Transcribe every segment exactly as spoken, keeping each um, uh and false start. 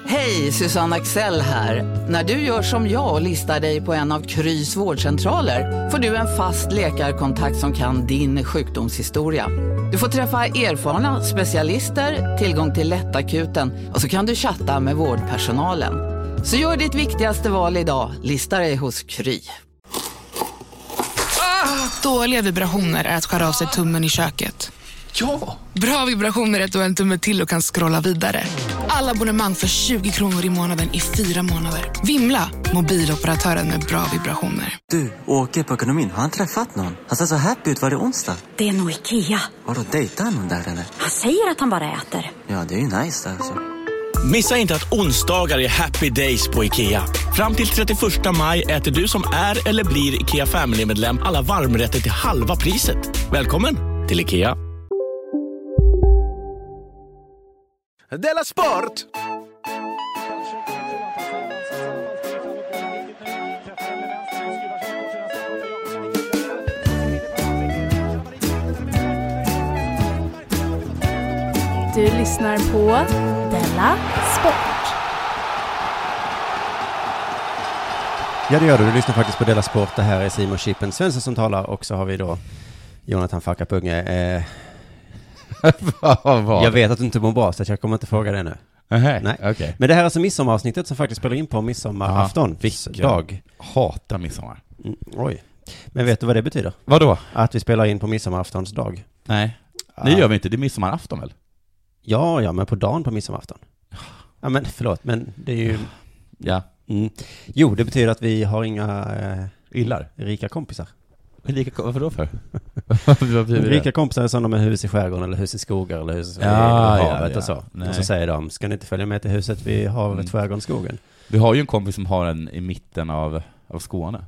Hej, Susanne Axel här. När du gör som jag och listar dig på en av Krys vårdcentraler får du en fast läkarkontakt som kan din sjukdomshistoria. Du får träffa erfarna specialister, tillgång till lättakuten och så kan du chatta med vårdpersonalen. Så gör ditt viktigaste val idag, listar dig hos Kry. Ah, dåliga vibrationer är att skära av sig tummen i köket. Ja! Bra vibrationer är att du har en tumme till och kan scrolla vidare. Alla abonnemang för tjugo kronor i månaden i fyra månader. Vimla, mobiloperatören med bra vibrationer. Du, åker på ekonomin. Har han träffat någon? Han ser så happy ut. Var det onsdag? Det är nog Ikea. Har du dejtat någon där eller? Han säger att han bara äter. Ja, det är ju nice alltså. Missa inte att onsdagar är happy days på Ikea. Fram till trettioförsta maj äter du som är eller blir Ikea Family-medlem alla varmrätter till halva priset. Välkommen till Ikea. Della Sport! Du lyssnar på Della Sport. Ja, det gör du. Du lyssnar faktiskt på Della Sport. Det här är Simon Chippen Svensson som talar. Och så har vi då Jonathan Fackapunge. Eh, jag vet att du inte mår bra, så jag kommer inte fråga det nu. Uh-huh. Nej. Okay. Men det här är alltså midsommaravsnittet som faktiskt spelar in på midsommarafton. Dag. Hatar midsommar. Mm, oj. Men vet du vad det betyder? Vadå? Att vi spelar in på midsommaraftons dag. Nej, det gör vi inte. Det är midsommarafton väl? Ja, ja, men på dagen på midsommarafton. Ja, men förlåt, men det är ju... Ja. Mm. Jo, det betyder att vi har inga eh, Illar. rika kompisar. Rika, varför då för? Rika kompisar är sådana med hus i skärgården eller hus i skogar eller hus i ja, havet ja, ja. och så. Nej. Och så säger de, ska ni inte följa med till huset vid havet, mm. skärgården, skogen? Vi har ju en kompis som har en i mitten av, av Skåne.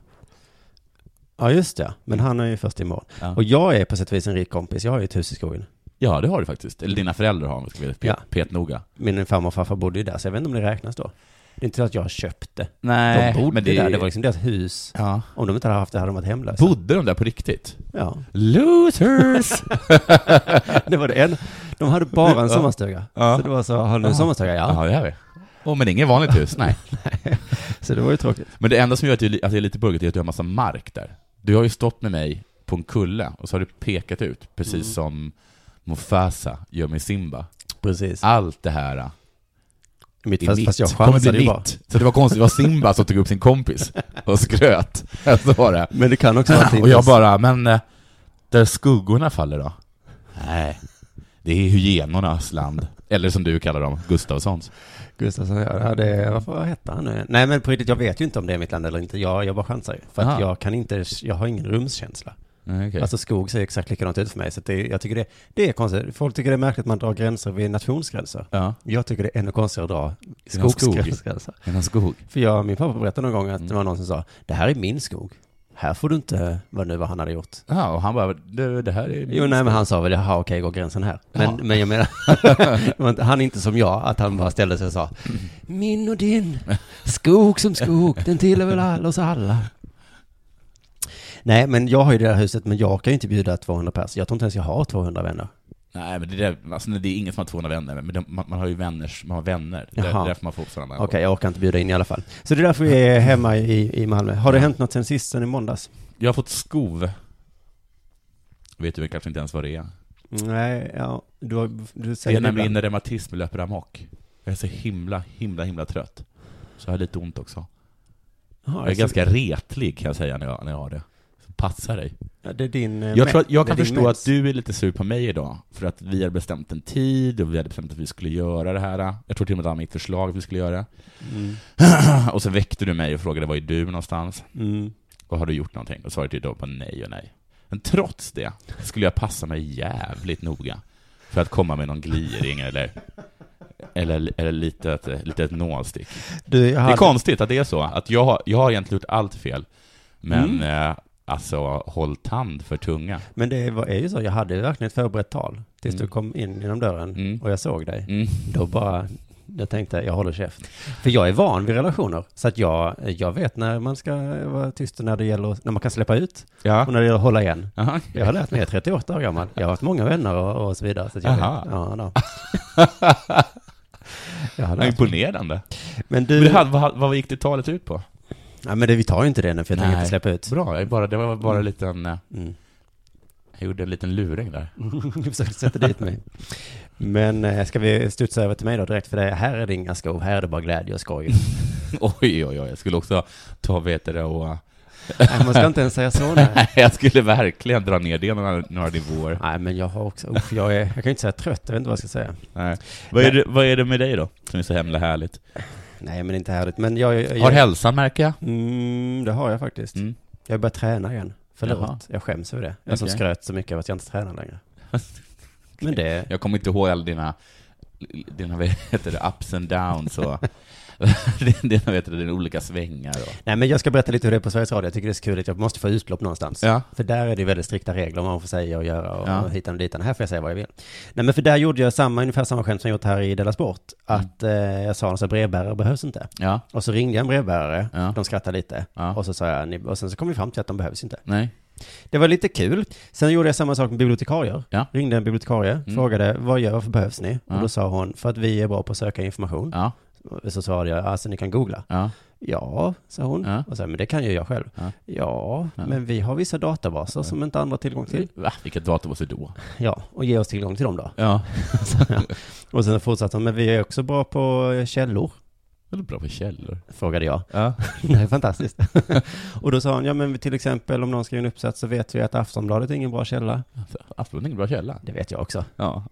Ja, just det. Men han är ju först i mål. Ja. Och jag är på sätt och vis en rik kompis. Jag har ju ett hus i skogen. Ja, det har du faktiskt. Eller dina föräldrar har, ska vi ja. pet noga. Min farmor och farfar bodde ju där, så jag vet inte om det räknas då. Det är inte så att jag köpte. Nej, de bodde men det... där. Det var liksom deras hus. Ja. Om de inte hade haft det hade de varit hemlösa. Bodde de där på riktigt? Ja. Losers! Det var det en. De hade bara en sommarstuga. Ja. Så det var så, har du en sommarstuga? Ja. Ja, det har vi. Åh, oh, men inget vanligt hus, nej. Nej. Så det var ju tråkigt. Men det enda som gör att jag är lite burget är att du har massa mark där. Du har ju stått med mig på en kulle och så har du pekat ut, precis mm. som Mufasa gör med Simba. Precis. Allt det här mitt, fast, mitt. fast jag chansade ju bara. Så det var konstigt, det var Simba som tog upp sin kompis och skröt. Så var det. Men det kan också vara och jag bara, men där skuggorna faller då? Nej, det är hyenornas land. Eller som du kallar dem, Gustavssons. Gustavsson, ja, det, varför heter han nu? Nej, men på riktigt, jag vet ju inte om det är mitt land eller inte. Jag, jag bara chansar ju. För att jag kan inte, jag har ingen rumskänsla. Okay. Alltså skog ser exakt likadant ut för mig. Så det, jag tycker det, det är konstigt. Folk tycker det är märkligt att man drar gränser vid nationsgränser. Ja. Jag tycker det är ännu konstigare att dra skogsgränser. Skog. skog. För jag, min pappa berättade någon gång att mm. det var någon som sa, det här är min skog. Här får du inte, vad nu vad han hade gjort. Ja, och han bara, det, det här är min Jo, nej, skog. Men han sa väl, jaha, okej, går gränsen här. Men, men jag menar, han är inte som jag, att han bara ställde sig och sa, min och din, skog som skog, den tillhör väl alla oss alla. Nej, men jag har ju det där huset, men jag kan ju inte bjuda tvåhundra pers. Jag tror inte ens jag har tvåhundra vänner. Nej, men det är, alltså, det är ingen som har tvåhundra vänner, men det, man, man har ju vänner, man har vänner. Det är därför man får sådana. Okej, okay, jag orkar inte bjuda in i alla fall. Så det är därför vi är hemma i, i Malmö. Har det hänt något sen sist, sen i måndags? Jag har fått skov. Vet du väl kanske inte ens vad det är? Nej, ja. Du, har, du säger det är nämligen när reumatism löper amok. Jag är så himla, himla, himla trött. Så jag har lite ont också. Aha, jag är så... ganska retlig, kan jag säga, när jag, när jag har det. Passar dig. Ja, det är din, jag tror att jag kan förstå mens. Att du är lite sur på mig idag. För att vi har bestämt en tid och vi hade bestämt att vi skulle göra det här. Jag tror till och med att det var mitt förslag att vi skulle göra. Mm. Och så väckte du mig och frågade, var är du någonstans? Mm. Och har du gjort någonting? Och svarade du då på nej och nej. Men trots det skulle jag passa mig jävligt noga för att komma med någon gliring eller, eller, eller lite, ett, lite ett nålstick. Du, hade... Det är konstigt att det är så. Att jag, har, jag har egentligen gjort allt fel. Men... Mm. Eh, Alltså, håll tand för tunga. Men det var, är ju så, jag hade verkligen ett förberett tal tills mm. du kom in genom dörren mm. och jag såg dig. Mm. Då bara, jag tänkte, jag håller käft. För jag är van vid relationer, så att jag, jag vet när man ska vara tyst när det gäller, när man kan släppa ut ja. Och när det gäller att hålla igen. Aha. Jag har lärt mig, jag är trettioåtta år gammal. Jag har haft många vänner och, och så vidare. Så att jag vet, ja, Ja, imponerande. Men du... Men det hade, vad, vad gick det talet ut på? Ja, men det, vi tar ju inte det nu, för jag tänker inte släppa ut. Bra, jag bara, det var bara en liten... Mm. Jag gjorde en liten luring där. Du försökte sätta dit mig. Men ska vi studsa över till mig då direkt? För det, här är det inga skov, här är det bara glädje och skoj. oj, oj, oj. Jag skulle också ta, vet det och... Nej, man ska inte ens säga så. Nej, jag skulle verkligen dra ner det några, några nivåer. Nej, men jag har också... Usch, jag, är, jag kan inte säga trött, jag vet inte vad jag ska säga. Nej. Vad, är det, vad är det med dig då, som är så himla härligt? Nej, men inte härligt. Men jag, jag, har hälsan, märker jag? Mm, det har jag faktiskt. Mm. Jag har börjat träna igen. Förlåt, Jaha. jag skäms över det. Jag okay. som skröt så mycket av att jag inte tränar längre. Men det... Jag kommer inte ihåg alla dina, dina vad heter det, ups and downs och dina, vet du, dina olika svängar. Och... Nej, men jag ska berätta lite hur det är på Sveriges Radio. Jag tycker det är så kul att jag måste få utlopp någonstans. Ja. För där är det väldigt strikta regler om vad man får säga och göra och, ja. och hitan och ditan. Här får jag säga vad jag vill. Nej, men för där gjorde jag samma, ungefär samma skämt som jag gjort här i Della Sport. Att mm. eh, jag sa att brevbärare behövs inte. Ja. Och så ringde jag en brevbärare. Ja. De skrattade lite. Ja. Och så sa jag, och sen så kom vi fram till att de behövs inte. Nej. Det var lite kul. Sen gjorde jag samma sak med bibliotekarier. Ja. Ringde en bibliotekarie, mm. frågade vad gör, varför behövs ni? Ja. Och då sa hon, för att vi är bra på att söka information. Ja. Så svarade jag, alltså ni kan googla. Ja, ja sa hon. Ja. Och så, men det kan ju jag själv. Ja, ja, ja. Men vi har vissa databaser ja. som inte andra har tillgång till. Va? Vilka databaser då? Ja, och ge oss tillgång till dem då. Ja. så, ja. Och sen fortsatte hon, men vi är också bra på källor. Är du bra på källor? Frågade jag. Ja. Det är fantastiskt. Och då sa han, ja men till exempel om någon skriver en uppsats så vet vi att Aftonbladet är ingen bra källa. Aftonbladet är ingen bra källa? Det vet jag också. Ja.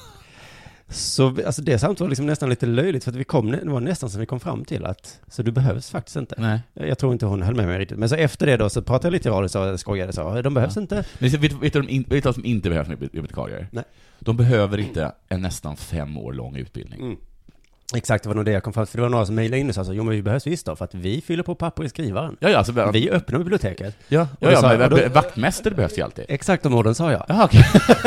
Så alltså det samtalet var liksom nästan lite löjligt för att vi kom, det var nästan som vi kom fram till att så du behövs faktiskt inte. Nej. Jag tror inte hon höll med mig riktigt. Men så efter det då så pratade jag lite i radio och så skojade så de behövs ja. inte. Men vet, vet, du, vet du vad som inte behövs med bibliotekarier? Nej. De behöver inte en nästan fem år lång utbildning. Mm. Exakt, det var nog det jag kom fram till. För det var några som mejlade in och sa så, jo men vi behövs visst då, för att vi fyller på papper i skrivaren. Ja, ja, alltså, vi öppnar biblioteket. Ja, ja, ja, men då, vaktmästare behövs ju alltid. Exakt de orden sa jag. Jaha, okej.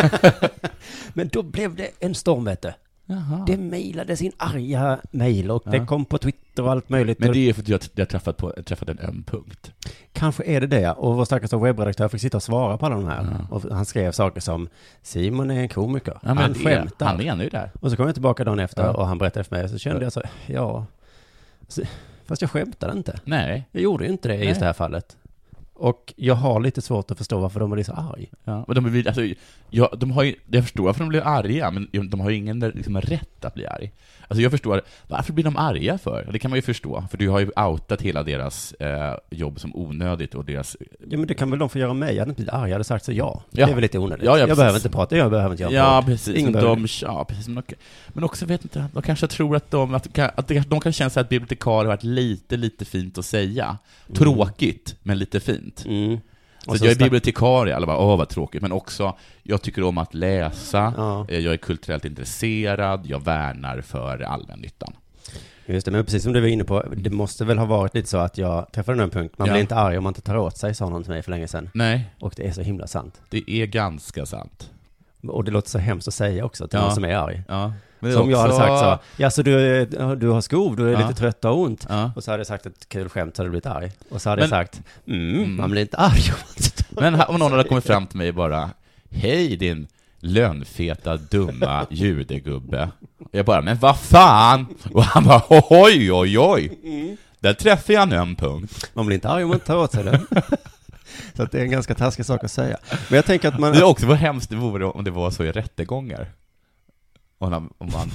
Men då blev det en storm, vet du. Jaha. Det mejlade sin arga mejl och ja. det kom på Twitter och allt möjligt. Men det är för att jag, jag träffat, på, träffat en öm punkt. Kanske är det det. Och vår stackars webbredaktör fick sitta och svara på alla de här. Ja. Och han skrev saker som Simon är en komiker. Ja, han skämtar. Han är nu där. Och så kom jag tillbaka dagen efter ja. och han berättade för mig. Så kände ja. jag så, ja. Så, fast jag skämtade inte. Nej. Jag gjorde ju inte det i just det här fallet. Och jag har lite svårt att förstå varför de blir så arg. Ja, men de blir, alltså, ja, de har ju, jag förstår varför de blir arga, men de har ju ingen liksom, rätt att bli arg. Alltså jag förstår, varför blir de arga för? Det kan man ju förstå, för du har ju outat hela deras eh, jobb som onödigt och deras... Ja, men det kan väl de få göra mig. Jag hade inte blivit arg, jag hade sagt så ja. ja. Det är väl lite onödigt. Ja, ja, jag precis. behöver inte prata, jag behöver inte göra Ja, på. precis. Ingen de, ja, precis. Men också, vet inte, de kanske tror att de, att, att de kan känna sig att bibliotekarier har varit lite, lite fint att säga. Mm. Tråkigt, men lite fint. Mm. Så, så jag är bibliotekarie, alla bara, åh vad tråkigt. Men också, jag tycker om att läsa, ja. jag är kulturellt intresserad, jag värnar för allmännyttan. Just det, men precis som du var inne på, det måste väl ha varit lite så att jag träffade en punkt. Man ja. blir inte arg om man inte tar åt sig, sa någon till mig för länge sedan. Nej. Och det är så himla sant. Det är ganska sant. Och det låter så hemskt att säga också till ja. någon som är arg. Ja. Som också... jag hade sagt så, ja så du, du har skov, du är ja. lite trött och ont. Ja. Och så hade jag sagt ett kul skämt så hade du blivit arg. Och så hade men, jag sagt, mm, mm. man blir inte arg. Men om någon hade kommit fram till mig bara, hej din lönfeta, dumma judegubbe. Jag bara, men vad fan? Och han bara, oj, oj, oj. Mm. Där träffar jag en punkt. Man blir inte arg om man tar åt sig det. Så att det är en ganska taskig sak att säga. Men jag tänker att man... Det är också vad hemskt det vore om det var så i rättegångar. Om man... Om man...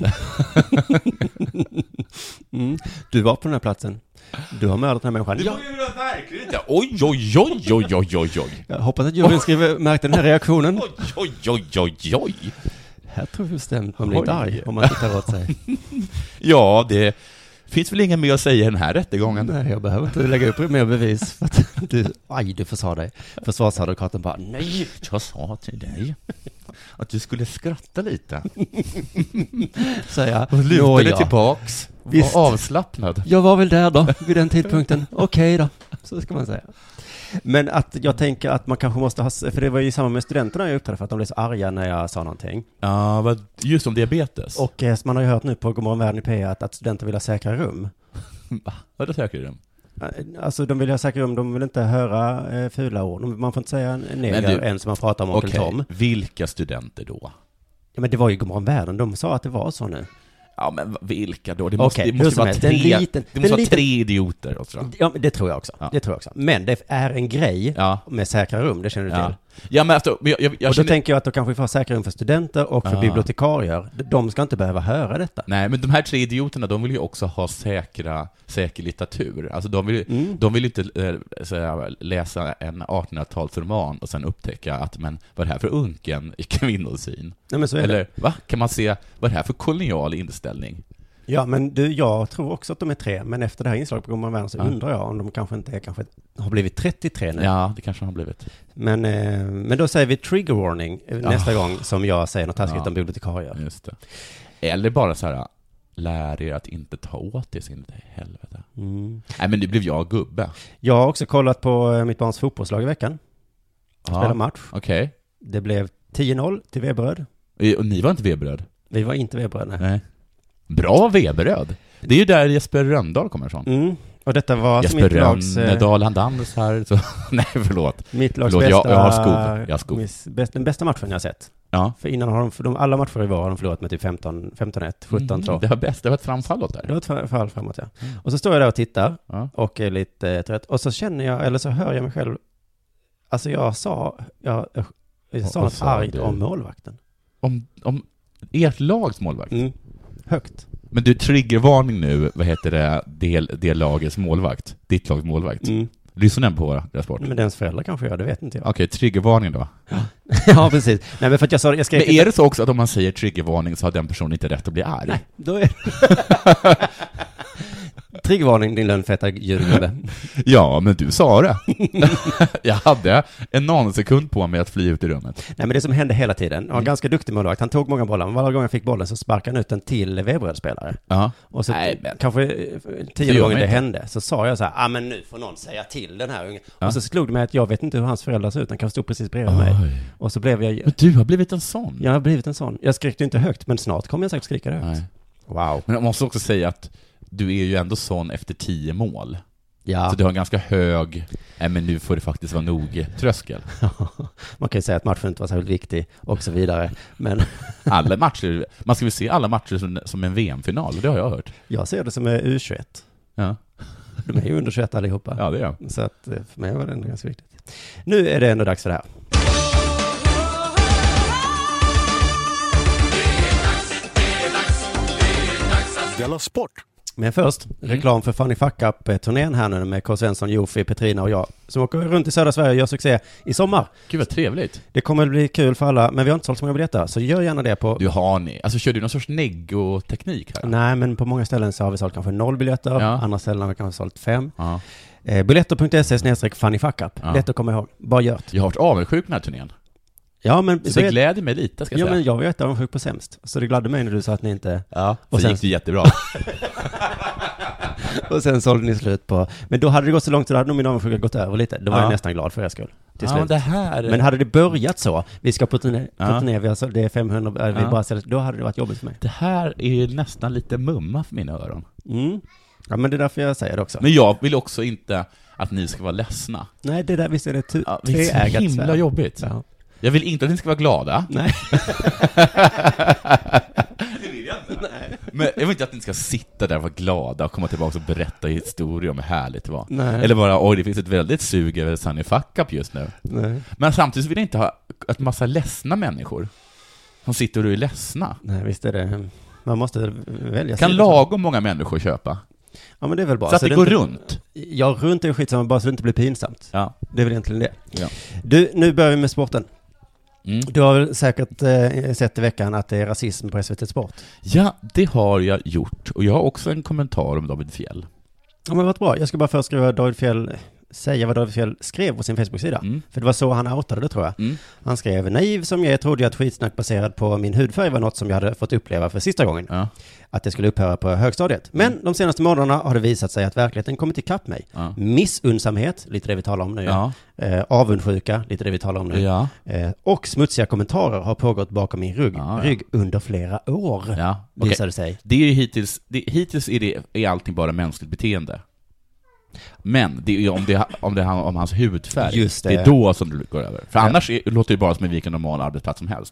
mm. Du var på den här platsen. Du har mördat den här människan. Det var ju verkligen inte. Oj, oj, oj, oj, oj, oj, oj. Jag hoppas att juryn skriver, märkte den här reaktionen. Oj, oj, oj, oj, oj. Här tror jag bestämt man blir inte arg om man tittar åt sig. Ja, det finns väl inget mer att säga i den här rättegången. Nej, jag behöver inte lägga upp mer bevis. För att du, aj, du försvar dig. Försvarsadvokaten bara, nej, jag sa till dig att du skulle skratta lite. Säga, och luta dig tillbaks. Visst. Och avslappnad. Jag var väl där då, vid den tidpunkten. Okej okay då, så ska man säga. Men att jag tänker att man kanske måste ha, för det var ju samma med studenterna jag uppträdde för att de blev så arga när jag sa någonting. Ja, just om diabetes. Och man har ju hört nu på Godmorgon Världen i P att, att studenter vill ha säkra rum. Va? Vad är det säkra rum? Alltså de vill ha säkra rum, de vill inte höra eh, fula ord. Man får inte säga neger än som man pratar om Onkel okay. Tom. Vilka studenter då? Ja, men det var ju Godmorgon Världen, de sa att det var så nu. Ja, men vilka då? Det måste, Okej, det måste vara tre, liten, det måste vara liten, tre idioter också. Ja, det tror jag också. Ja. Det tror jag också. Men det är en grej ja. med säkra rum, det känner du ja. till. Ja, men alltså, jag, jag, jag och då känner... tänker jag att då kanske vi får säkra rum för studenter och för ja. bibliotekarier. De ska inte behöva höra detta. Nej, men de här tre idioterna, de vill ju också ha säkra, säker litteratur. Alltså de vill, mm. de vill inte äh, såhär, läsa en artonhundratalsroman och sen upptäcka att, men vad är det här för unken i kvinnosyn? Nej, men så är Eller, det. va? Kan man se, vad är det här för kolonial inställning? Ja, men du, jag tror också att de är tre, men efter det här inslaget på Goldman Värn så ja. undrar jag om de kanske inte är, kanske har blivit trettiotre nu. Ja, det kanske har blivit. Men, eh, men då säger vi trigger warning ja. nästa gång som jag säger något taskigt ja. om bibliotekarier. Just det. Eller bara så här, lär er att inte ta åt det sin helvete. Mm. Nej, men nu blev jag gubbe. Jag har också kollat på mitt barns fotbollslag i veckan. Spela ja. match. Okej. Okay. Det blev tio noll till Veberöd. Och ni var inte Veberöd? Vi var inte Veberöd, nej. nej. Bra Veberöd. Det är ju där Jesper Röndahl kommer ifrån. Mm. Och detta var Jesper mitt lags... Röndahl, han dansar. Så... Nej, förlåt. Mitt lags förlåt, bästa... Jag, jag har skov. Jag har skov. Bäst, den bästa matchen jag har sett. Ja. För innan har de, för de alla matcher i var har de förlorat med typ femton ett, sjutton två. Mm, det var bäst, det var ett framfallåt där. Det var ett fall framåt, ja. Mm. Och så står jag där och tittar ja. och är lite eh, trött. Och så känner jag, eller så hör jag mig själv. Alltså jag sa, jag, jag, jag sa något argt om målvakten. Om, om ert lags målvakt? Mm. Högt. Men du, triggervarning nu, vad heter det, det, det lagets målvakt? Ditt lags målvakt. Mm. Lyssnar den på deras sport? Men dens föräldrar kanske gör, det vet inte jag. Okej, okay, triggervarning då. Ja, precis. Nej, men för att jag sa, jag men är det så också att om man säger triggervarning så har den personen inte rätt att bli arg? Nej, då är triggervarning, din lönnfeta djurgubbe. Ja, men du sa det. Jag hade en nanosekund på mig att fly ut i rummet. Nej, men det som hände hela tiden, han var ganska duktig målvakt. Han tog många bollar, men varje gång jag fick bollen så sparkade han ut den till Veberöd-spelare. Ja. Och så Nej, men... kanske tio gånger det hände, så sa jag så här, ah, men nu får någon säga till den här ungen. Ja. Och så slog det mig att jag vet inte hur hans föräldrar ser ut, han kan stå precis bredvid Oj. mig. Och så blev jag... Men du har blivit en sån. Jag har blivit en sån. Jag skrek inte högt, men snart kommer jag säkert skrika det högt. Nej. Wow. Men jag måste också säga att du är ju ändå sån efter tio mål. Ja. Så du har en ganska hög, nej men nu får det faktiskt vara nog tröskel. Man kan ju säga att matchen inte var särskilt viktig och så vidare. Men alla matcher, man ska väl se alla matcher som, som en V M-final, det har jag hört. Jag ser det som är U tjugoett. Ja. De är ju under tjugoett allihopa. Ja, det är jag. Så att för mig var det ändå ganska viktigt. Nu är det ändå dags för det här. Della Sport. Men först, reklam för Funny Fuck Up-turnén här nu med K. Svensson, Jofi, Petrina och jag som åker runt i södra Sverige och gör succé i sommar. Gud vad trevligt. Det kommer att bli kul för alla, men vi har inte sålt så många biljetter, så gör gärna det på... Du har ni. Alltså kör du någon sorts neggo-teknik här? Nej, men på många ställen så har vi sålt kanske noll biljetter, ja. Andra ställen har vi kanske sålt fem. Ja. Eh, biljetter punkt se snedstreck Funny Fuck Up. Ja. Lätt att komma ihåg. Bara gör det. Jag har varit avundsjuk den här turnén. Ja, men så, så det gläder mig lite, ska jag ja, säga. men jag var ju ett avundsjuk på sämst. Så det gladde mig när du sa att ni inte... Ja, och så sen gick det jättebra. Och sen sålde ni slut på... Men då hade det gått så långt så då hade nog min avundsjuka gått över lite. Då var ja. jag nästan glad för er skull. Till ja, slut. Det här... Men hade det börjat så, vi ska på turné, ja. på turné vi alltså, det är femhundra, vi ja. bara ställer, då hade det varit jobbigt för mig. Det här är nästan lite mumma för mina öron. Mm. Ja, men det är därför jag säger det också. Men jag vill också inte att ni ska vara ledsna. Nej, det där, visst är det tu- ja, det är så himla jobbigt. Ja. Jag vill inte att ni ska vara glada. Nej. Det vill jag inte. Nej. Men jag vill inte att ni ska sitta där och vara glada och komma tillbaka och berätta historier om hur härligt det var. Nej. Eller bara, oj, det finns ett väldigt sug över Sunny Fuck Up just nu. Nej. Men samtidigt vill jag inte ha ett massa ledsna människor som sitter och är ledsna. Nej, visst är det. Man måste välja. Kan lagom många människor köpa? Ja, men det är väl bra. Så att så det går inte, runt. Ja, runt är skitsamma, bara så det inte blir pinsamt. Ja. Det är väl egentligen det. Ja. Du, nu börjar vi med sporten. Mm. Du har väl säkert eh, sett i veckan att det är rasism på S V T Sport. Ja, det har jag gjort. Och jag har också en kommentar om David Fjell. Ja, men vad bra. Jag ska bara först skriva David Fjell, säga vad David Fjell skrev på sin Facebook-sida. Mm. För det var så han outade det, tror jag. Mm. Han skrev, naiv som jag är trodde jag att skitsnack baserad på min hudfärg var något som jag hade fått uppleva för sista gången. Ja. Att det skulle upphöra på högstadiet. Men mm. de senaste månaderna har det visat sig att verkligheten kommit ikapp mig. Ja. Missunnsamhet, lite det vi talar om nu. Ja. Eh, avundsjuka, lite det vi talar om nu. Ja. Eh, och smutsiga kommentarer har pågått bakom min rygg, ja, ja. rygg under flera år. Ja. Okay. Visade sig. Det är ju hittills, det, hittills är, det, är allting bara mänskligt beteende. Men det är om det om det handlar om hans hudfärg. Just det. Det är då som det går över. För ja. annars är, låter det bara som en vilken normal arbetsplats som helst.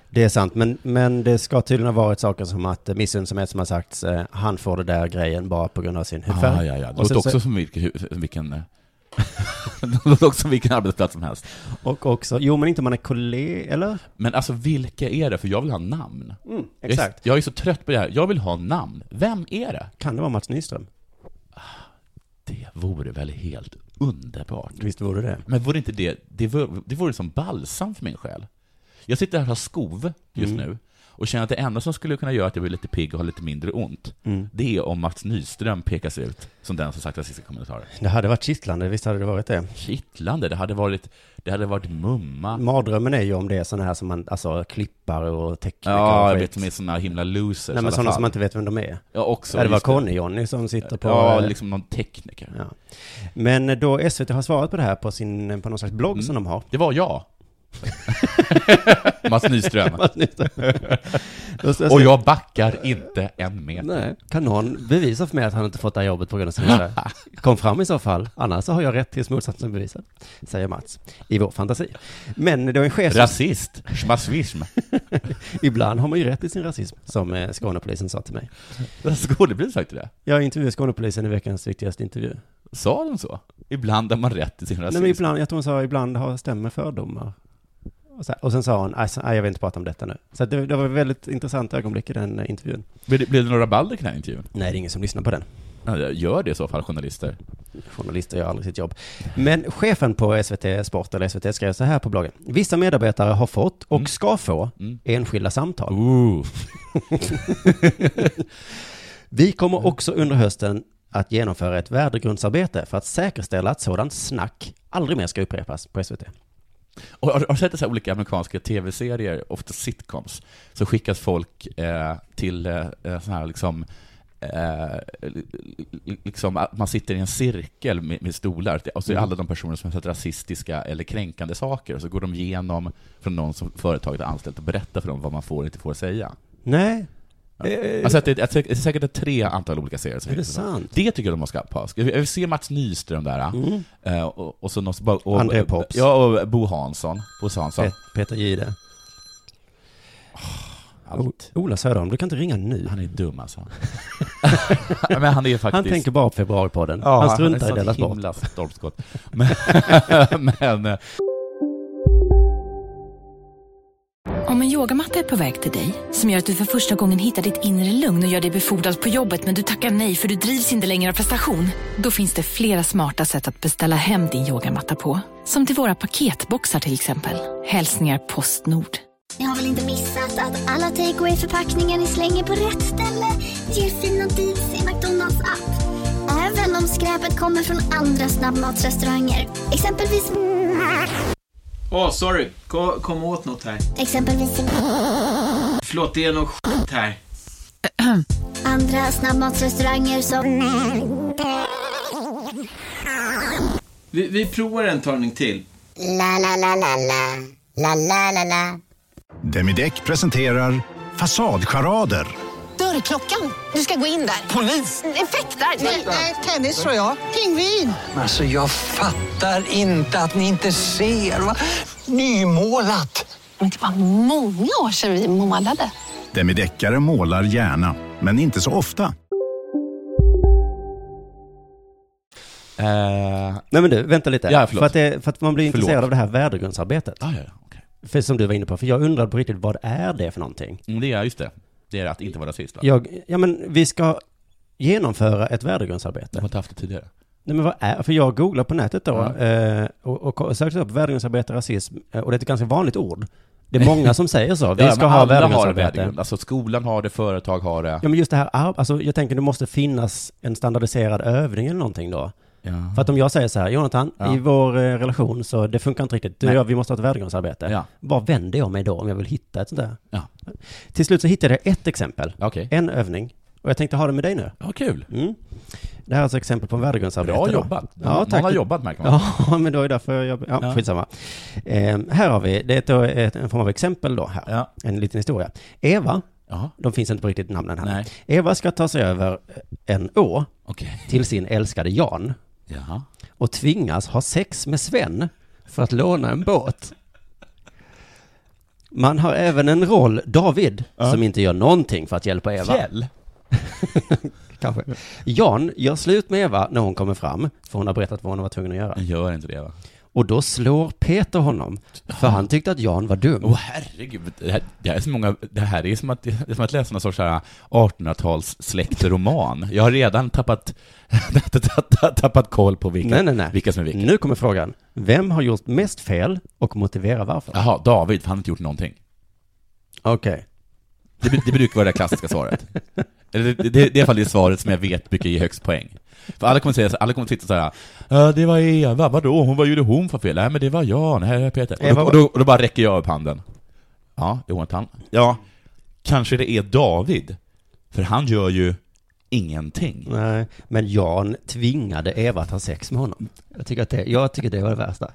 Det är sant, men, men det ska tydligen ha varit saker som att missunnsamhet som har sagts, eh, han får det där grejen bara på grund av sin hudfärg. Ah, ja, ja. Det låter också så, som vilken, vilken, det låter också som vilken arbetsplats som helst. Och också, jo men inte man är kollega, eller? Men alltså vilka är det? För jag vill ha namn. Mm, exakt. Jag är, jag är så trött på det här. Jag vill ha namn. Vem är det? Kan det vara Mats Nyström? Det vore väl helt underbart. Visst vore det. Men vore inte det, det vore, det vore som balsam för min själ. Jag sitter här och har skov just mm. nu och känner att det enda som skulle kunna göra att jag blir lite pigg och ha lite mindre ont, mm. det är om Mats Nyström pekas ut som den som sagt rasistiska kommentarer. Det hade varit kittlande, visst hade det varit det? Kittlande, det hade varit, det hade varit mumma. Mardrömmen är ju om det är sådana här som man, alltså klippare och tekniker. Ja, och jag vet, de är sådana himla losers. Nej, men sådana som man inte vet vem de är. Ja, också. Ja, det var Conny-Johnny som sitter på... Ja, liksom någon tekniker. Ja. Men då S V T har svarat på det här på, sin, på någon slags blogg mm. som de har. Det var jag. Mats Nyström. Mats Nyström. Och jag backar inte en meter. Nej. Kan någon bevisa för mig att han inte fått det här jobbet på grund av sin kom fram i så fall. Annars så har jag rätt till motsatsen bevisat, säger Mats i vår fantasi. Men det var en chef som... Rasist, schmassvism. Ibland har man ju rätt i sin rasism, som Skånepolisen sa till mig. Skånepolisen sagt det? Jag intervjuade Skånepolisen i veckans viktigaste intervju. Sa de så? Ibland har man rätt i sin rasism. Nej, men ibland, jag tror hon sa ibland har stämmer fördomar. Och, så, och sen sa hon, alltså, jag vill inte prata om detta nu. Så det, det var ett väldigt intressant ögonblick i den intervjun. Blev det, blev det några balder i den här intervjun? Nej, det är ingen som lyssnar på den. Ja, gör det i så fall, journalister. Journalister gör aldrig sitt jobb. Men chefen på S V T Sport eller S V T skrev så här på bloggen. Vissa medarbetare har fått och mm. ska få mm. enskilda samtal. Ooh. Vi kommer också under hösten att genomföra ett värdegrundsarbete för att säkerställa att sådant snack aldrig mer ska upprepas på S V T. Och har du sett så här olika amerikanska tv-serier, ofta sitcoms, så skickas folk eh, till eh, sån här liksom eh, liksom att man sitter i en cirkel med, med stolar och så är alla de personer som har sett rasistiska eller kränkande saker och så går de igenom från någon som företaget har anställt och berättar för dem vad man får och inte får säga. Nej. Ja. Alltså att det, att det är säkert ett tre antal olika serier. Är det sant? Det tycker jag de måste ha. Jag vill se Mats Nyström där. Mm. Uh, och, och så något, och, André Pops. Ja, och Bo Hansson. Bo Hansson. Pet, Peter Gide. Oh, Ola Söderholm, du kan inte ringa nu. Han är dum alltså. Men han är faktiskt... Han tänker bara på februaripodden. Ja, han struntar han i deras himla stolpskott. Men... men Om en yogamatta är på väg till dig, som gör att du för första gången hittar ditt inre lugn och gör dig befordrad på jobbet men du tackar nej för du drivs inte längre av prestation, då finns det flera smarta sätt att beställa hem din yogamatta på. Som till våra paketboxar till exempel. Hälsningar Postnord. Ni har väl inte missat att alla takeaway-förpackningar ni slänger på rätt ställe ger fina deals i McDonalds app. Även om skräpet kommer från andra snabbmatsrestauranger. Exempelvis... Åh, oh, sorry. Kom, kom åt något här. Exempelvis... Förlåt, det är något skit här. Andra snabbmatsrestauranger som... Vi, vi provar en talning till. La la la la la. La la la la. Demideck presenterar Fasadcharader. Dörrklockan. Du ska gå in där. Polis? Effektar? Nej, tennis tror jag. Pingvin. Alltså jag fattar inte att ni inte ser. Va? Nymålat. Men det var många år sedan vi målade. Demideckare målar gärna, men inte så ofta. Uh, Nej men du, vänta lite. Ja, för, att det, för att man blir intresserad förlåt. av det här värdegrundsarbetet. Ah, ja, okay. För som du var inne på, för jag undrar på riktigt, vad är det för någonting? Mm, det är just det. Det är att inte vara rasist, va? Jag, ja men vi ska genomföra ett värdegrundsarbete. Jag har inte haft det tidigare. Nej men vad är, för jag googlar på nätet då mm. eh, och, och sökte upp värdegrundsarbete, rasism, och det är ett ganska vanligt ord. Det är många som säger så. Vi ja, ska ha värdegrundsarbete. Värdegrund. Alltså skolan har det, företag har det. Ja men just det här, alltså jag tänker det måste finnas en standardiserad övning eller någonting då. Ja. För att om jag säger så här, Jonathan, ja. i vår eh, relation så det funkar inte riktigt. Du och jag, vi måste ha ett värdegrundsarbete. Ja. Vad vänder jag mig då om jag vill hitta ett sånt där? Ja. Till slut så hittade jag ett exempel. Okay. En övning. Och jag tänkte ha det med dig nu. Ja, kul. Mm. Det här är alltså exempel på en värdegrundsarbete. Bra jobbat. Då. Ja, tack. Man har jobbat, märker man. Ja, men då är det därför jag jobbar. Ja, ja. Skitsamma. Eh, här har vi, det är ett, en form av exempel då här. Ja. En liten historia. Eva, Aha. de finns inte på riktigt namnen här. Nej. Eva ska ta sig över en å okay. till sin älskade Jan. Jaha. Och tvingas ha sex med Sven för att låna en båt. Man har även en roll, David, ja. som inte gör någonting för att hjälpa Eva. Fjäll? Kanske. Jan gör slut med Eva när hon kommer fram, för hon har berättat vad hon var tvungen att göra. Han gör inte det, va? Och då slår Peter honom, för han tyckte att Jan var dum. Åh oh, herregud, det här, det här är så många, det här är som att, det är som att läsa någon sorts artonhundratals släkteroman. Jag har redan tappat, tappat koll på vilka, nej, nej, nej. vilka som är vilka. Nu kommer frågan, vem har gjort mest fel och motivera varför? Jaha, David, för han har inte gjort någonting. Okej. Okay. Det, det brukar vara det klassiska svaret. Det, det, det, det är i alla fall det svaret som jag vet brukar ge högst poäng. För alla kommer säga så, alla kommer sitta så här. Ja, det var Eva, vadå? Hon, vad gjorde hon för fel? Nej, men det var jag, nej, det är Peter. Och då, och, då, och då bara räcker jag upp handen. Ja, Jonathan. Ja, kanske det är David. För han gör ju ingenting. Nej, men Jan tvingade Eva att ha sex med honom. Jag tycker att det, jag tycker det var det värsta.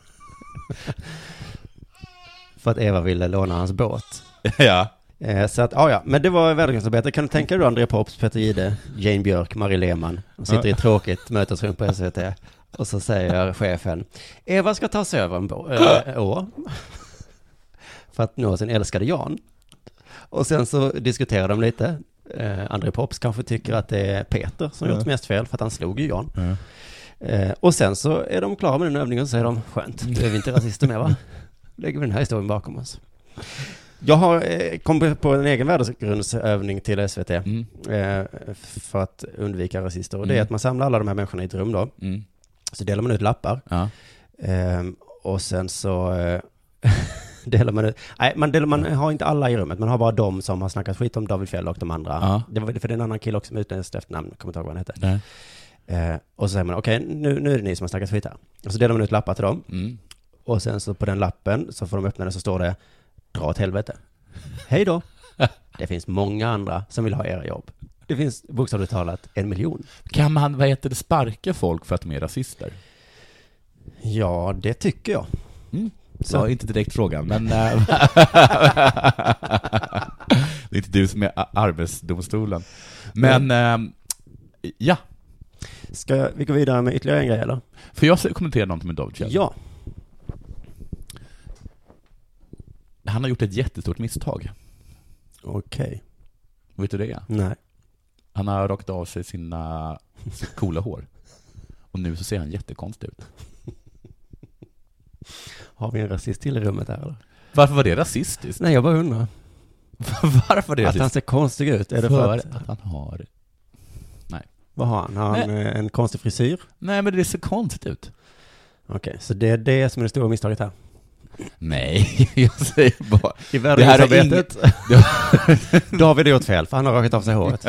För att Eva ville låna hans båt. Ja. Eh, så att, ja, ja, men det var värdegrundsarbete. Kan du tänka dig då André Pops, Peter Gide, Jane Björk, Marie Lehmann. De sitter i ett tråkigt mötesrum på S V T. Och så säger chefen, Eva ska ta sig över en bo- äh, å. För att nå sin älskade Jan. Och sen så diskuterar de lite. Eh, André Pops kanske tycker att det är Peter som mm. gjort mest fel, för att han slog ju Jan. Mm. Eh, och sen så är de klara med den övningen och säger de, skönt, det är vi inte rasister med, va? Lägger vi den här historien bakom oss. Jag har eh, kommit på en egen värdegrundsövning till S V T mm. eh, för att undvika rasister. Och mm. det är att man samlar alla de här människorna i ett rum då. Mm. Så delar man ut lappar. Ja. Eh, och sen så eh, delar man ut... Nej, man, delar, man har inte alla i rummet. Man har bara de som har snackat skit om David Fjell och de andra. Ja. Det var, för det är en annan kille också som utländsk efternamn. Jag kommer inte ihåg vad han hette. Eh, och så säger man, okej, okay, nu, nu är det ni som har snackat skit här. Och så delar man ut lappar till dem. Mm. Och sen så på den lappen så får de öppna det, så står det dra åt helvete. Hej då. Det finns många andra som vill ha era jobb. Det finns bokstavligt talat en miljon. Kan man, vad heter det, sparka folk för att de är rasister? Ja, det tycker jag. Mm. Så ja, inte direkt frågan, men det är inte du som är arbetsdomstolen. Men mm. äh, ja. Ska vi gå vidare med ytterligare en grej, eller? Får jag kommentera någonting med David Fjell? Ja. Han har gjort ett jättestort misstag. Okej. Okay. Vet du det? Nej. Han har rakat av sig sina coola hår. Och nu så ser han jättekonstig ut. Har vi en rasist till i rummet här, eller? Varför var det rasistiskt? Nej, jag bara undrar. Varför det att han ser konstig ut? Är det för, för att... att han har... Nej. Vad har han? Har han Nej. en konstig frisyr? Nej, men det ser konstigt ut. Okej, okay, så det är det som är det stora misstaget här? Nej, jag säger bara... I värdegrundsarbetet. Ingen... David har gjort fel, för han har rakat av sig håret.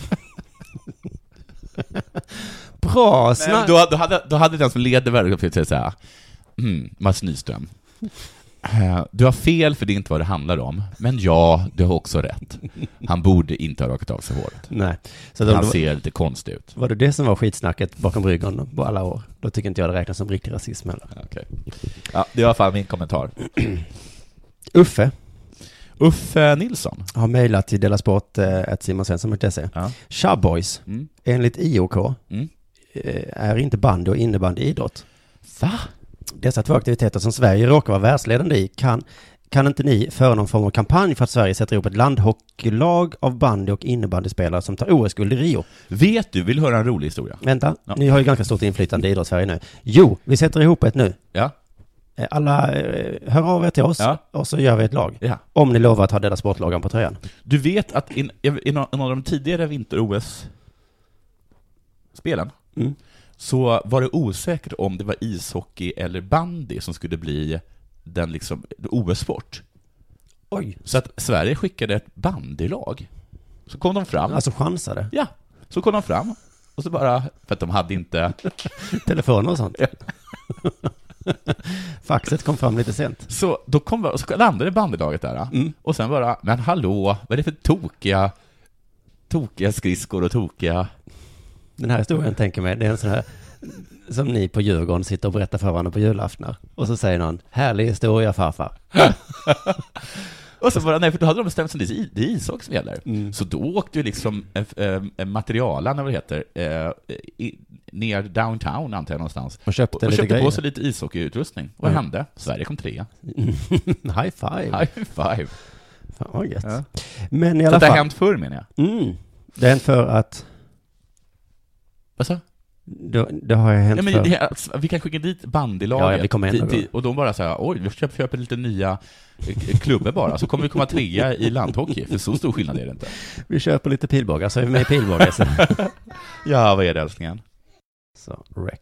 Bra, snack. Då, då, hade, då hade den som leder värdegrundsarbetet säga mm, Mats Nyström. Du har fel, för det är inte vad det handlar om. Men ja, du har också rätt. Han borde inte ha rakat av sig håret. Nej. Så då, han då, ser lite konstig ut. Var det det som var skitsnacket bakom bryggan på alla år? Då tycker inte jag det räknas som riktig rasism heller. Okay. Ja, det var i alla fall min kommentar. Uffe. Uffe Nilsson. Har mejlat till delasport at simonsvensson punkt se. Ja. Tja boys. Mm. Enligt I O K mm. är inte bandy och innebandy idrott. Va? Dessa två aktiviteter som Sverige råkar vara världsledande i, kan, kan inte ni föra någon form av kampanj för att Sverige sätter ihop ett landhockeylag av bandy- och innebandyspelare som tar O S-guld i Rio? Vet du, vill höra en rolig historia? Vänta, ja. Ni har ju ganska stort inflytande i idrotts-Sverige nu. Jo, vi sätter ihop ett nu. Ja. Alla eh, hör av er till oss, ja. Och så gör vi ett lag. Ja. Om ni lovar att ha deras sportlagen på tröjan. Du vet att i en av de tidigare vinter-O S-spelen mm. så var det osäkert om det var ishockey eller bandy som skulle bli den liksom O S-sport. Oj. Så att Sverige skickade ett bandylag. Så kom de fram. Alltså chansade? Ja, så kom de fram. Och så bara, för att de hade inte... telefoner och sånt. Ja. Faxet kom fram lite sent. Så då kom så landade bandylaget där. Mm. Och sen bara, men hallå, vad är det för tokiga tokiga skridskor och tokiga... Den här historien tänker mig, det är en sån här som ni på Djurgården sitter och berättar för varandra på julaftnar. Och så säger någon, härlig historia farfar. Och så bara, nej, för då hade de bestämt sig, det är ishockey som gäller. Mm. Så då åkte ju liksom äh, äh, materialen, vad det heter, äh, ner downtown antar jag någonstans. Och köpte, och, och lite köpte grejer. på sig lite ishockeyutrustning. Vad Mm. hände? Sverige kom trea. High five. High five. Fan vad gött. Ja. Men i Så alla det fall. har hänt förr menar jag. Mm. Det har hänt för att... Vad så? Det, det har ju hänt Ja, men för... det, alltså, vi kan skicka dit bandylaget. Ja, ja, vi kommer till, till, och de bara säger, oj, vi köper, köper lite nya klubbor bara. Så kommer vi komma trea i landhockey. För så stor skillnad är det inte. Vi köper lite pilbågar, så är vi med i pilbågar. Så. Ja, vad är det älsklingen? Så, rec.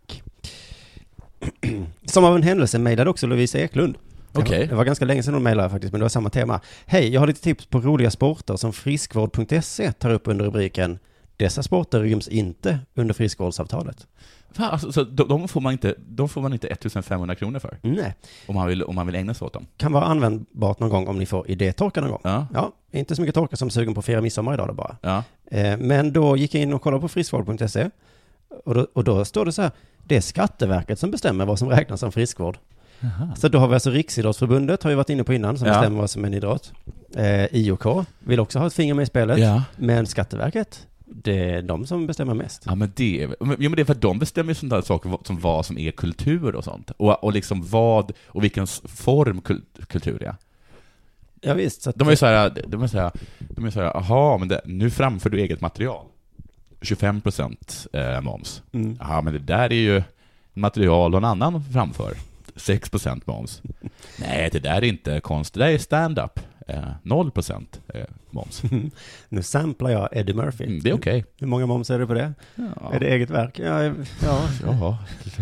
Som av en händelse mejlade också Lovisa Eklund. Okej. Okay. Det var ganska länge sedan hon mejlade faktiskt, men det var samma tema. Hej, jag har lite tips på roliga sporter som friskvård punkt se tar upp under rubriken dessa sporter ryms inte under friskvårdsavtalet. Fan, alltså, så de, de, får man inte, de får man inte ettusenfemhundra kronor för? Nej. Om man vill, om man vill ägna sig åt dem? Kan vara användbart någon gång om ni får idétorka någon gång. Ja. Ja, inte så mycket torka som sugen på att fira midsommar idag då bara. Ja. Eh, men då gick jag in och kollade på friskvård punkt se och då, och då står det så här, det är Skatteverket som bestämmer vad som räknas som friskvård. Aha. Så då har vi alltså Riksidrottsförbundet, har vi varit inne på innan, som ja. bestämmer vad som är en idrott. Eh, I O K vill också ha ett finger med i spelet, ja. men Skatteverket, det är de som bestämmer mest. Ja, men det är, ja, men det är för att de bestämmer sådana saker som vad som är kultur och sånt. Och, och liksom vad, och vilken form kultur är. Ja, visst. Så att de är så här, de är så här, de är så här, aha, men det, nu framför du eget material. tjugofem procent eh, moms. Mm. Ja, men det där är ju material någon annan framför. sex procent moms. Nej, det där är inte konst. Det där är stand-up. Eh, noll procent eh, moms. Nu samplar jag Eddie Murphy. Mm, det är okej. Okay. Hur många moms är det på det? Ja. Är det eget verk? Ja. ja. ja.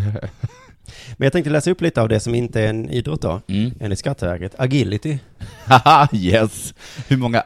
Men jag tänkte läsa upp lite av det som inte är en idrott då. Mm. Enligt Skatteverket. Agility. Haha, yes. Hur många...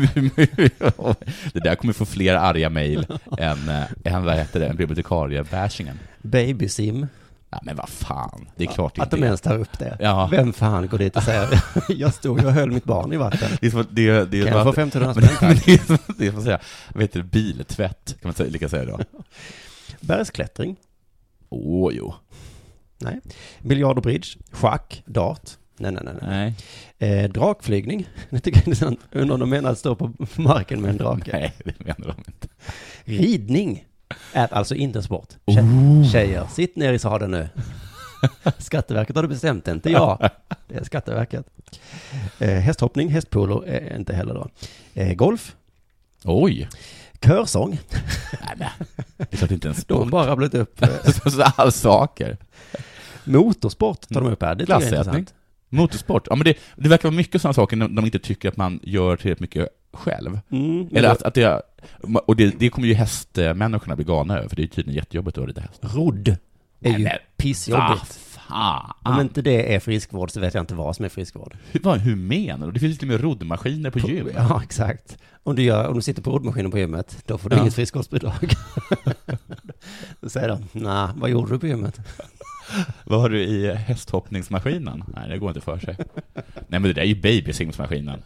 det där kommer få fler arga mejl än, än vad heter det? En bibliotekarie-bashingen. Babysim. Ja, men vad fan, det är klart att inte. de ens tar upp det. Ja. Vem fan går dit och säger jag stod och höll mitt barn i vatten. Det är som, det, det är kan jag få femton spänn? Men det är som, det är som att säga, vet du, biltvätt kan man säga, lika säga då. Bergsklättring. Åh, oh, jo. Nej. Biljard och bridge. Schack. Dart. Nej, nej, nej. nej. Eh, drakflygning. Jag tycker det är sant. Undrar om de menar att stå på marken med en drake. Nej, det menar de inte. Ridning är alltså inte en sport. Tje- oh. Tjejer, sitt ner i sadeln nu. Skatteverket har det bestämt, inte jag. Det är Skatteverket. Eh, hästhoppning, hästpolo är inte heller då. Eh, golf. Oj. Körsång. Nej, men det är klart inte en sport. De har bara rabblat upp alla saker. Motorsport tar de upp här. Det är intressant. Motorsport. Ja, men det, det verkar vara mycket sådana saker när de inte tycker att man gör tillräckligt mycket själv. Mm, Eller att, att det, och det, det kommer ju hästmänniskorna bli galna över, för det är tydligen jättejobbigt att ha lite häst. Rodd är Nej, ju men, pissjobbigt. Fan. Om inte det är friskvård så vet jag inte vad som är friskvård. Hur, vad, hur menar du? Det finns till och med roddmaskiner på, på gym. Ja, exakt. Om du, gör, om du sitter på roddmaskinen på gymmet, då får du ja. inget friskvårdsbidrag. Då säger de, nej, vad gjorde du på gymmet? Vad har du i hästhoppningsmaskinen? Nej, det går inte för sig. Nej, men det där är ju babysimsmaskinen.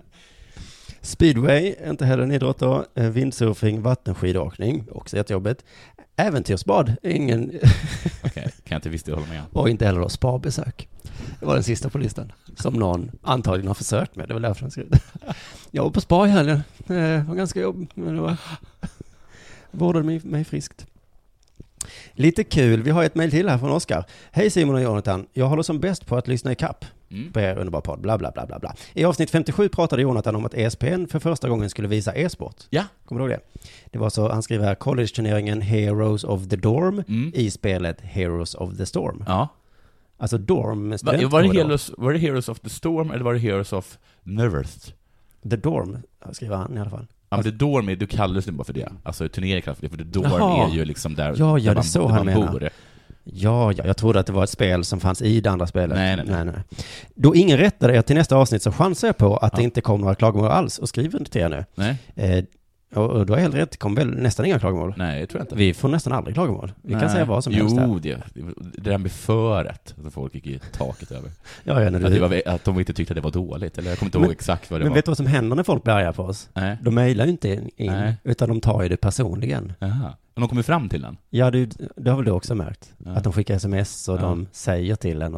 Speedway, inte heller en idrott då. Windsurfing, vattenskidåkning, också jättejobbigt. Äventyrsbad, ingen... Okej, okay, kan jag inte visst hålla med. Och inte heller då spabesök. Det var den sista på listan. Som någon antagligen har försökt med. Det var därför han skrev det. Jag var på spa i helgen. Det var ganska jobbigt, men det var... vårdade mig, mig friskt. Lite kul. Vi har ett mejl till här från Oskar. Hej Simon och Jonathan. Jag håller som bäst på att lyssna i kapp mm. på er underbara podd. Bla, bla, bla, bla, bla. I avsnitt femtiosju pratade Jonathan om att E S P N för första gången skulle visa e-sport. Ja. Kommer du ihåg det? Det var så, han skriver här, college-turneringen Heroes of the Dorm mm. i spelet Heroes of the Storm. Ja. Alltså Dorm. Var, var, det Heroes, var det Heroes of the Storm eller var det Heroes of Neverth? The Dorm, skriver han i alla fall. Ja, men det Dorm är, du kallar det bara för det. Alltså turnering kallas för det, för det Dorm Jaha. är ju liksom där, ja, ja, där man, så där han man menar. bor. Ja, ja, jag trodde att det var ett spel som fanns i det andra spelet. Nej, nej, nej. nej, nej. Då ingen rättade er till nästa avsnitt så chansar jag på att ja. det inte kommer några klagomål alls. Och skriv inte till er nu. Nej. Eh, och, och då är helt rätt, det kommer väl nästan inga klagomål. Nej, jag tror inte. Vi får nästan aldrig klagomål. Vi nej. kan säga vad som jo, helst där. Jo, det, det där med föret, att folk gick i taket över. Ja, ja, när du... att, det var, att de inte tyckte att det var dåligt. Eller jag kommer inte men, ihåg exakt vad det men var. Men vet du vad som händer när folk blir arga på oss? Nej. De mejlar ju inte in, nej. utan de tar ju det personligen. Jaha. Och de kommer fram till den? Ja, det, det har väl du också märkt. Ja. Att de skickar sms och ja. de säger till en och ja. sånt.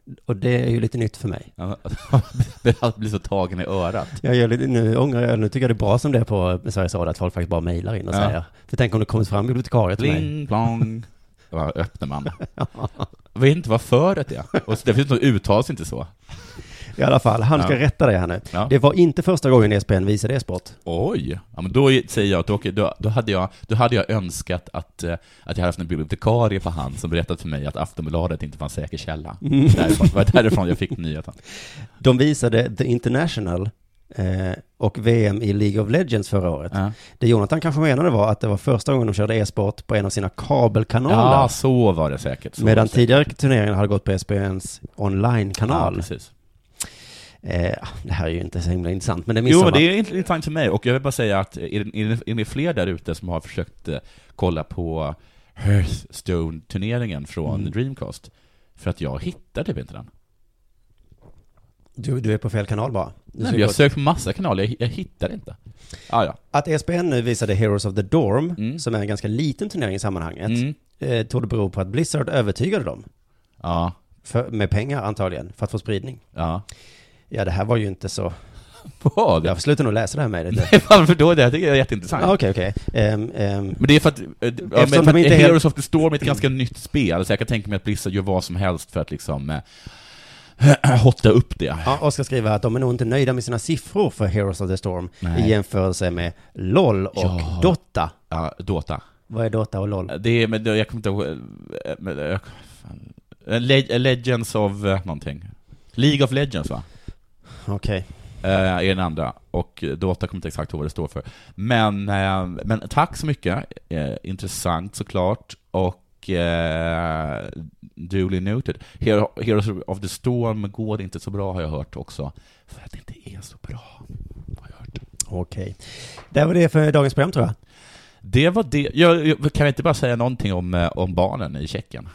Och det är ju lite nytt för mig. Ja, det blir så tagen i örat. Jag gör lite, nu ångrar jag, nu tycker jag det är bra som det är på Sveriges Radio att folk faktiskt bara mejlar in och ja. säger. För tänk om det kommer fram bibliotekarie till mig. Bling, plong. Ja, öppnar man. Jag vet inte vad föret är. Och det finns något uttals inte så. I alla fall, han ska ja. rätta det här nu. Ja. Det var inte första gången E S P N visade e-sport. Oj, ja, men då säger jag att då, då, då, hade jag, då hade jag önskat att, att jag hade haft en bibliotekarie på hand som berättat för mig att Aftonbladet inte var en säker källa. Mm. Det var därifrån jag fick nyheten. De visade The International eh, och V M i League of Legends förra året. Ja. Det Jonathan kanske menade var att det var första gången de körde e-sport på en av sina kabelkanaler. Ja, så var det säkert. Så Medan säkert. tidigare turneringen hade gått på E S P N:s online-kanal. Ja, precis. Eh, det här är ju inte så himla intressant, men det är Jo, det är intressant för mig, och jag vill bara säga att är, är, är det fler där ute som har försökt eh, kolla på Hearthstone-turneringen från mm. Dreamcast? För att jag hittar typ inte den. Du, du är på fel kanal bara. Nej, jag har sökt på massa kanaler, jag, jag hittar inte. Ah, ja. Att E S P N nu visade Heroes of the Dorm, mm. som är en ganska liten turnering i sammanhanget, mm. eh, tog det bero på att Blizzard övertygade dem. Ja. För, med pengar antagligen, för att få spridning. Ja. Ja, det här var ju inte så... Vad? Jag får sluta nog läsa det här med Nej, varför då? Det här tycker jag är jätteintressant. Ah, okej, okej. Um, um, men det är för att, uh, ja, men för att Heroes of the Storm är ett ganska nytt spel, så jag kan tänka mig att Blizzard gör vad som helst för att liksom uh, hotta upp det. Ja, Oskar skriver att de är nog inte nöjda med sina siffror för Heroes of the Storm. Nej. I jämförelse med LOL och ja. Dota. Ja, Dota. Vad är Dota och LOL? Det är, men jag kommer inte ihåg... Men, jag, fan, Legends of uh, någonting. League of Legends, va? Okej. Okay. Uh, är den andra. Och Dota kommer inte exakt ihåg vad det står för. Men, uh, men tack så mycket. Uh, intressant såklart. Och uh, duly noted. Hero, Heroes of the Storm går inte så bra, har jag hört också. För att det inte är så bra, har jag hört. Okej. Okay. Det var det för dagens program, tror jag. Det var det. Jag, jag, kan vi inte bara säga någonting om, om barnen i Tjeckien?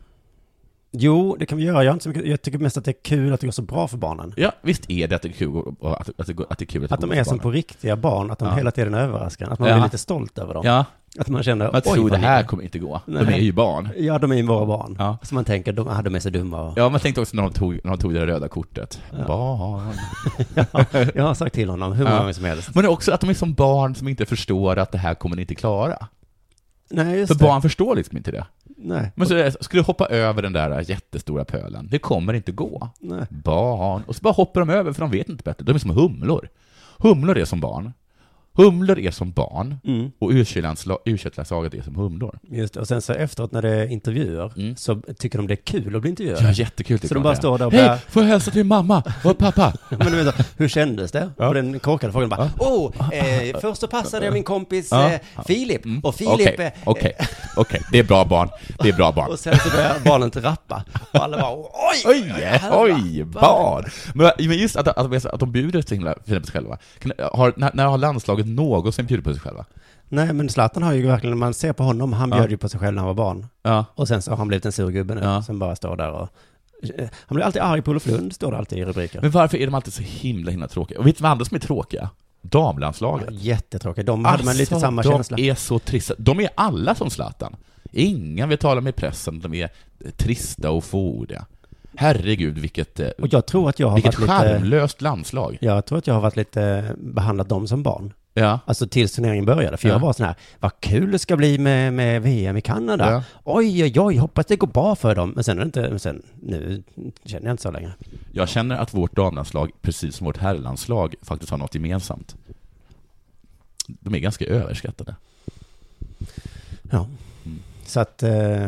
Jo, det kan vi göra. Jag, inte så mycket, jag tycker mest att det är kul att det går så bra för barnen. Ja, visst är det att det är kul att, att, det, att det är kul att, att de är som på riktiga barn, att de ja. hela tiden överraskar, att man ja. blir lite stolt över dem. Ja. Att man känner, man tror det här kommer inte gå. Nej. De är ju barn. Ja, de är ju våra barn. Ja. Så man tänker, de, ah, de är så dumma. Och... Ja, man tänkte också när de tog, när de tog det röda kortet. Ja. Barn. Ja, jag har sagt till honom hur många ja. som helst. Men också att de är som barn som inte förstår att det här kommer ni inte klara. Nej, just För det. barn förstår liksom inte det. Nej. Men så skulle du hoppa över den där jättestora pölen. Det kommer inte gå. Nej. Barn. Och så bara hoppar de över, för de vet inte bättre. De är som humlor. Humlor är som barn. Humlor är som barn. Mm. Och urköttlandslaget är som humlor. Just det. Och sen så efteråt när det är intervjuer mm. så tycker de det är kul att bli intervjuer. Ja, jättekul. Så de bara står där och hej, bara... får jag hälsa till mamma och pappa? Men du vet, hur kändes det? Ja. Och den korkade frågan bara, åh, oh, eh, först så passade jag min kompis eh, Filip. Mm. Och Filip... Okej, okay. okej. Okay. Okay. Det är bra barn. Det är bra barn. Och sen så börjar barnen inte rappa. Och alla bara, oj, oj, oj, oj barn. Men, men just att, att, att de bjuder så himla fina på sig själva. Har, när, när har landslaget någonsin bjuder på sig själva? Nej, men Zlatan har ju verkligen, när man ser på honom, han bjöd ja. ju på sig själv när han var barn. Ja. Och sen så har han blivit en sur gubbe nu, ja. som bara står där och... Han blir alltid arg på Olof Lund, står det alltid i rubriker. Men varför är de alltid så himla, himla tråkiga? Och vet du vad andra som är tråkiga? Damlandslaget. Ja, jättetråkiga. De hade man lite samma de känsla. De är så trista. De är alla som Zlatan. Ingen vill tala med pressen. De är trista och fåordiga. Herregud, vilket, och jag tror att jag har vilket varit charmlöst lite, landslag. Jag tror att jag har varit lite behandlat dem som barn. Ja. Alltså tills turneringen började. För ja. jag var sån här, vad kul det ska bli med, med V M i Kanada. Ja. Oj, oj, oj, hoppas det går bra för dem. Men sen är det inte, sen, nu känner jag inte så längre. Jag känner att vårt damlandslag, precis som vårt herrlandslag, faktiskt har något gemensamt. De är ganska överskattade. Ja, mm. så att... Eh...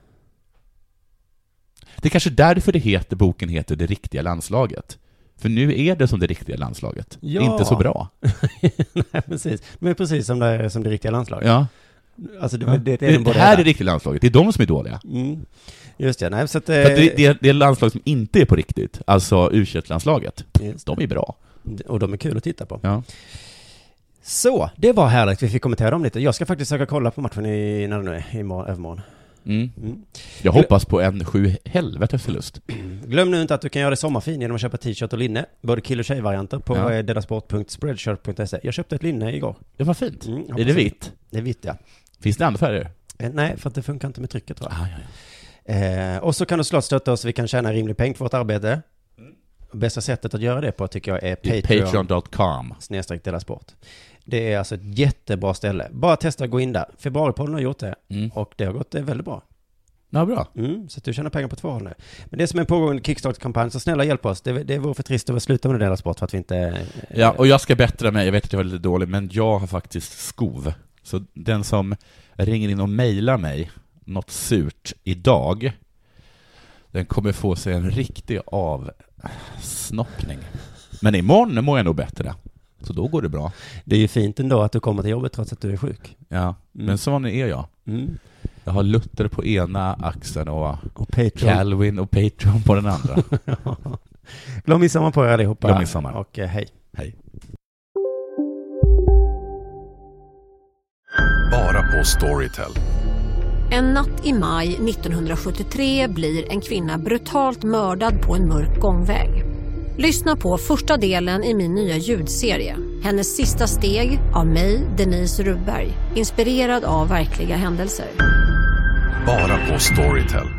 Det är kanske därför det heter, boken heter Det riktiga landslaget. För nu är det som det riktiga landslaget. Ja. Inte så bra. Nej, precis. Men precis som det, som det riktiga landslaget. Ja. Alltså det, ja. det, det, det, det här är det riktiga landslaget. Det är de som är dåliga. Mm. Just det. Nej, så att, För att det, det, det är landslag som inte är på riktigt. Alltså U tjugoett-landslaget. De är bra. Och de är kul att titta på. Ja. Så, det var härligt. Vi fick kommentera dem lite. Jag ska faktiskt söka kolla på matchen i, när det nu är, i mor- övermorgon. Mm. Mm. Jag hoppas på en sju helvetes förlust. Glöm nu inte att du kan göra det sommarfin genom att köpa t-shirt och linne. Både kill- och tjej-varianter på ja. delasport punkt spreadshirt punkt se. Jag köpte ett linne igår. Det var fint. Mm, är det vitt? Det är vitt, ja. Finns det andra färger? Eh, nej, för att det funkar inte med trycket, tror jag. Ah, ja, Eh, och så kan du såklart stötta oss, vi kan tjäna rimlig peng för vårt arbete. Mm. Bästa sättet att göra det på tycker jag är Patreon. Patreon dot com Snedstreck Della Sport. Det är alltså ett jättebra ställe. Bara testa att gå in där. Februaripodden har gjort det. Mm. Och det har gått det väldigt bra. Ja, bra. Mm, så att du tjänar pengar på två håll nu. Men det är som en pågående Kickstarter-kampanj, så snälla hjälp oss. Det, det vore för trist att sluta med Della Sport för att vi inte... Eh, ja, och jag ska bättra mig. Jag vet att jag är lite dålig, men jag har faktiskt skov. Så den som ringer in och mejlar mig något surt idag, den kommer få sig en riktig avsnoppning. Men imorgon mår jag nog bättre. Så då går det bra. Det är ju fint ändå att du kommer till jobbet trots att du är sjuk. Ja, mm. men sån är jag. Mm. Jag har Luther på ena axeln och, och Calvin och Patreon på den andra. Glöm midsommar på er allihopa. Glöm midsommar. Och eh, hej. Hej. Bara på Storytel. En natt i maj nittonhundrasjuttiotre blir en kvinna brutalt mördad på en mörk gångväg. Lyssna på första delen i min nya ljudserie. Hennes sista steg av mig, Denise Rubberg. Inspirerad av verkliga händelser. Bara på Storytel.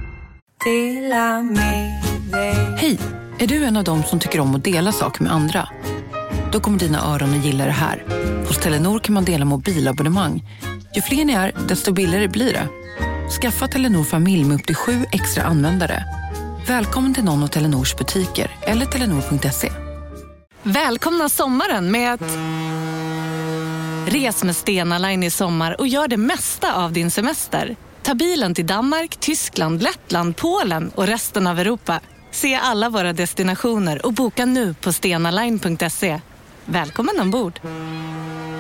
Hej, är du en av dem som tycker om att dela saker med andra? Då kommer dina öron att gilla det här. Hos Telenor kan man dela mobilabonnemang. Ju fler ni är, desto billigare blir det. Skaffa Telenor familj med upp till sju extra användare. Välkommen till någon av Telenors butiker eller telenor punkt se. Välkomna sommaren med att... Res med Stena Line i sommar och gör det mesta av din semester. Ta bilen till Danmark, Tyskland, Lettland, Polen och resten av Europa. Se alla våra destinationer och boka nu på stena line punkt se. Välkommen ombord!